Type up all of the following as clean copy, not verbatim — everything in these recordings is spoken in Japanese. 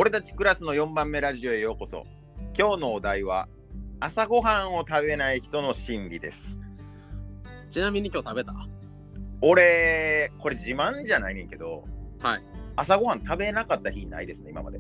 俺たちクラスの4番目ラジオへようこそ。今日のお題は朝ごはんを食べない人の心理です。 ちなみに今日食べた？ 俺これ自慢じゃないねんけど、 はい。 朝ごはん食べなかった日ないですね今まで。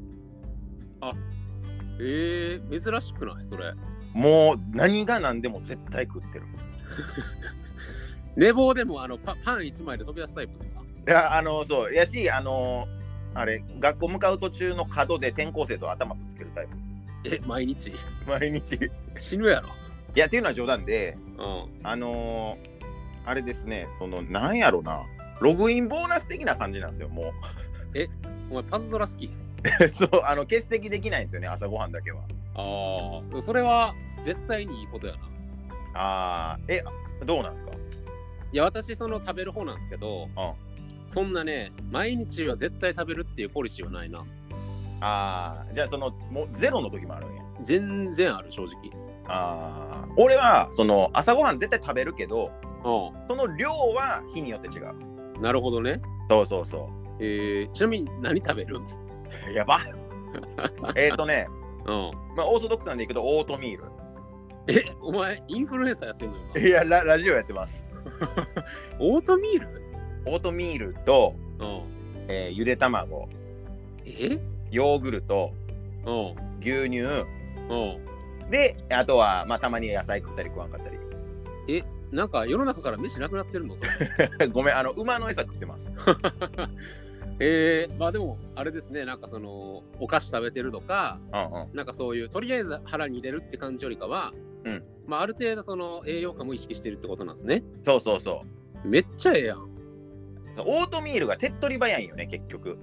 珍しくないそれ？ もう何が何でも絶対食ってる。 寝坊でもパン1枚で飛び出すタイプですか？ いやそうやしあれ学校向かう途中の角で転校生と頭ぶつけるタイプ。 毎日毎日死ぬやろ。 いやっていうのは冗談で、 うん。 あれですね、なんやろな、ログインボーナス的な感じなんですよもお前パズドラ好き？ う。そう欠席できないんですよね朝ごはんだけは。 それは絶対にいいことやな。 どうなんですか？ いや、私食べる方なんですけど、そんなね、毎日は絶対食べるっていうポリシーはないな。 じゃあもうゼロの時もあるんや。 全然ある、正直。 俺は朝ごはん絶対食べるけど、 うその量は日によって違う。 ん。なるほどね。 そうそうそちなみに何食べる？ やばうん。 まあオーソドックスなんでいくとオートミール。 お前インフルエンサーやってんの今？ いやラジオやってます。 オートミール？ オートミールと、ゆで卵、ヨーグルト、牛乳で、あとはまあたまに野菜食ったり食わんかったり。 なんか世の中から飯なくなってるのそれ？ ごめん、馬の餌食ってます。 まあでもあれですね、なんかお菓子食べてるとか、なんかそういうとりあえず腹に入れるって感じよりかは、まあある程度栄養価も意識してるってことなんですね。 そうそうそう。 めっちゃええやん。 オートミールが手っ取り早いんよね結局。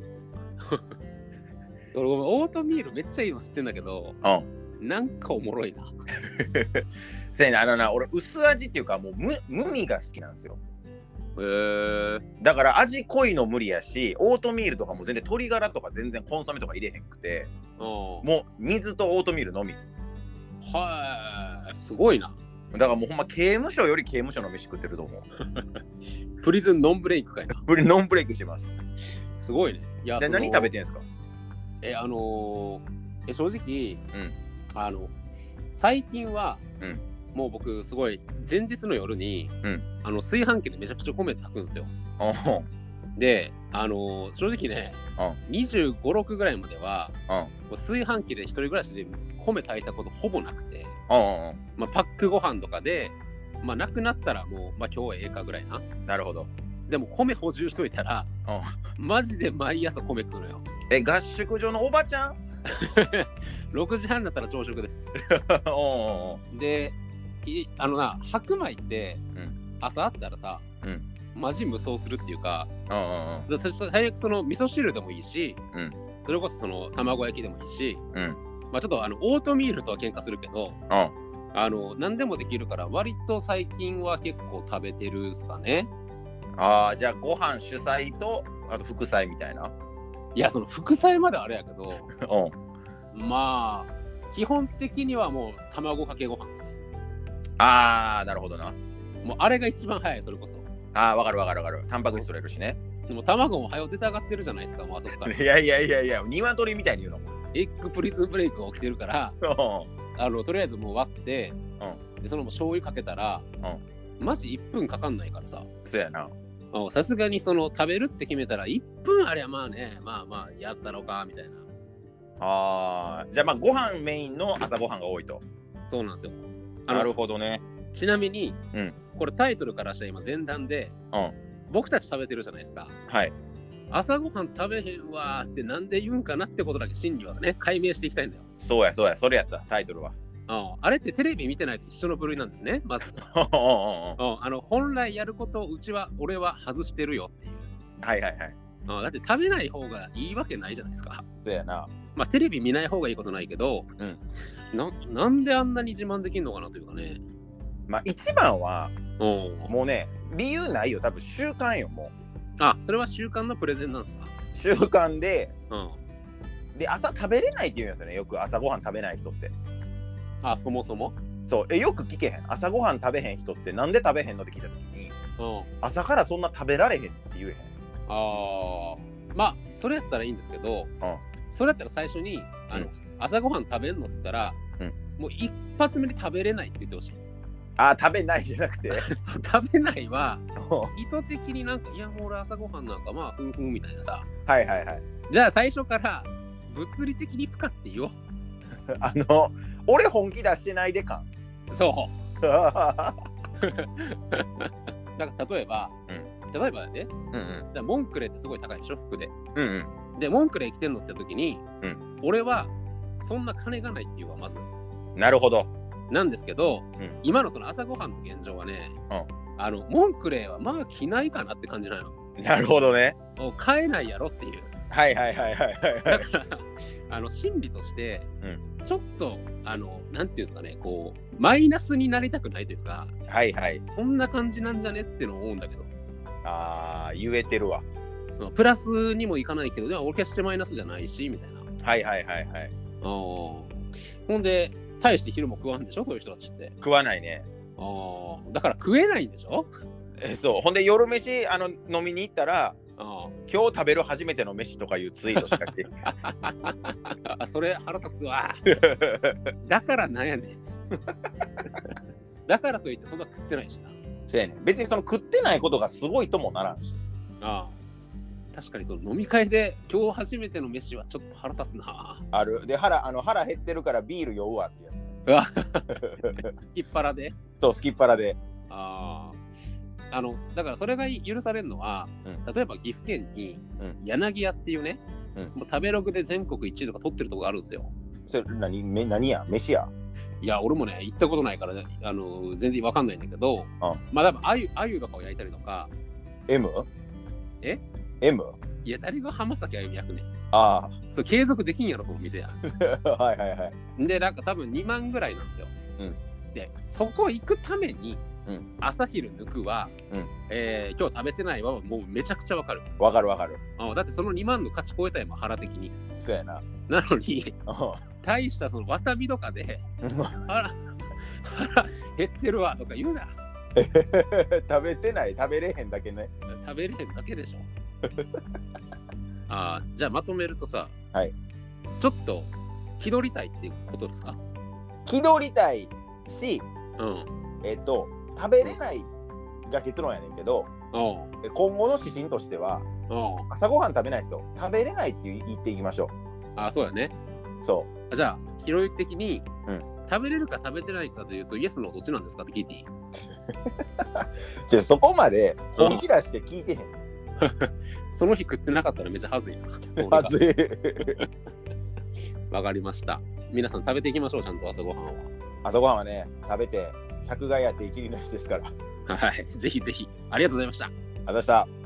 俺ごめん、オートミールめっちゃいいの知ってんだけど、なんかおもろいな。 せやね、俺薄味っていうかもう無味が好きなんですよ。だから味濃いの無理やし、オートミールとかも全然鶏ガラとか全然コンソメとか入れへんくて、もう水とオートミールのみ。 すごいな。 だからもうほんま刑務所より刑務所の飯食ってると思う。 プリズンノンブレイクかいな。 ノンブレイクしてます。 すごいね。いや、 何食べてんすか？ 正直、最近は、もう僕すごい前日の夜に、炊飯器でめちゃくちゃ米炊くんですよ。で、正直ね、25、6ぐらいまでは、炊飯器で一人暮らしで米炊いたことほぼなくて、まあ、パックご飯とかで、まあ、なくなったらもう、まあ、今日はええかぐらいな。 なるほど。 でも米補充しといたら、マジで毎朝米食うのよ。 合宿所のおばちゃん 6時半だったら朝食です。で、白米って、朝あったらさ、マジ無双するっていうか、最悪味噌汁でもいいし、それこそ卵焼きでもいいし、まあちょっとオートミールとは喧嘩するけど、何でもできるから割と最近は結構食べてるっすかね。 じゃあご飯主菜とあと副菜みたいな。 いや副菜まであれやけどまあ基本的にはもう卵かけご飯です。 なるほどな。 もうあれが一番早い。それこそわかるタンパク質取れるしね。 でも卵も早う出たがってるじゃないですか、もうあそこから。 いや鶏みたいに言うの。 エッグプリズンブレイクが起きてるからとりあえずもう割って、で醤油かけたら、マジ1分かかんないからさ。 そうやな。 さすがに食べるって決めたら1分ありゃまあね、まあやったろうかみたいな。 じゃあまあご飯メインの朝ごはんが多いと。 そうなんですよ。 なるほどね。 ちなみに、これタイトルからしたら今前段で、僕たち食べてるじゃないですか。朝ごはん食べへんわーってなんで言うんかなってことだけ真理はね解明していきたいんだよ。 そうやそれやったタイトルは。 あれってテレビ見てないと一緒の部類なんですね、まず。本来やることを俺は外してるよっていう。だって食べない方がいいわけないじゃないですか。 そうやな。 まあテレビ見ない方がいいことないけど、なんであんなに自慢できんのかなというかね。 まあ一番はもうね理由ないよ、多分習慣よもう。それは習慣のプレゼンなんですか？ 習慣で、で朝食べれないって言うんですよね、よく朝ごはん食べない人って。 そもそもそうよく聞けへん。朝ごはん食べへん人ってなんで食べへんのって聞いた時に、朝からそんな食べられへんって言えへん。 まあそれやったらいいんですけど、 それだったら最初に朝ごはん食べんのって言ったら、もう一発目に食べれないって言ってほしい。 食べないじゃなくてそう食べないは意図的になんかいやもう俺朝ごはんなんかまあふんふんみたいなさ。 はいはいはい。じゃあ最初から物理的に不可って言おう。 俺本気出してないでか。 そうだから例えばね、だモンクレってすごい高いでしょ服で、でモンクレ着てんのって時に、俺はそんな金がないっていうのはまずなるほどなんですけど、今のその朝ごはんの現状はね、モンクレはまあ着ないかなって感じなの。 なるほどね。 買えないやろっていう。 はいはいはいはいはい。 だから心理として、ちょっとなんていうんですかね、こうマイナスになりたくないというか、 はいはい。 こんな感じなんじゃねってのを思うんだけど。 言えてるわ。 プラスにもいかないけど、でも俺決してマイナスじゃないしみたいな。 はいはいはいはい。 ほんで大して昼も食わんでしょ、そういう人たちって。 食わないね。 だから食えないんでしょ。 そう。ほんで夜飯飲みに行ったら、今日食べる初めての飯とかいうツイートしかしてる。 それ腹立つわ。だからなんやねん。だからといってそんな食ってないしな。 そうやねん。別にその食ってないことがすごいともならんし。 確かにその飲み会で今日初めての飯はちょっと腹立つな。 ある。で腹減ってるからビール酔うわってやつ。 すきっ腹で。 そう、すきっ腹で。 だからそれが許されるのは、例えば岐阜県に柳屋っていうね、もう食べログで全国1位とか取ってるとこがあるんですよ。 それ何や飯や。 いや俺もね行ったことないから、ね、全然わかんないんだけど、まあ多分あゆとかを焼いたりとか。 M？ いや誰が浜崎あゆみ焼くねん。 そう継続できんやろその店や。 はいはいはい。 でなんか多分2万ぐらいなんですよ。でそこ行くために朝昼抜くは、今日食べてないはもうめちゃくちゃわかる。 わかるわかる。 だってその2万の価値超えたやん、腹的に。 そうやな。 なのに大したそのわたびとかで腹減ってるわとか言うな。 食べてない、食べれへんだけね。 食べれへんだけでしょ。じゃあまとめるとさ、ちょっと気取りたいっていうことですか？ 気取りたいし、食べれないが結論やねんけど、今後の指針としては、朝ごはん食べない人、食べれないって言っていきましょう。そうやね。 そう。 じゃあ、ひろゆき的に、食べれるか食べてないかというと、イエスのどっちなんですかって聞いていい？ そこまで本気出して聞いてへん。 その日食ってなかったらめっちゃはずいな。 はずい。 わかりました。皆さん食べていきましょう、ちゃんと朝ごはんは。 朝ごはんはね、食べて、100害あって一理なしですから。 はい、ぜひぜひ。ありがとうございました。 ありがとうございました。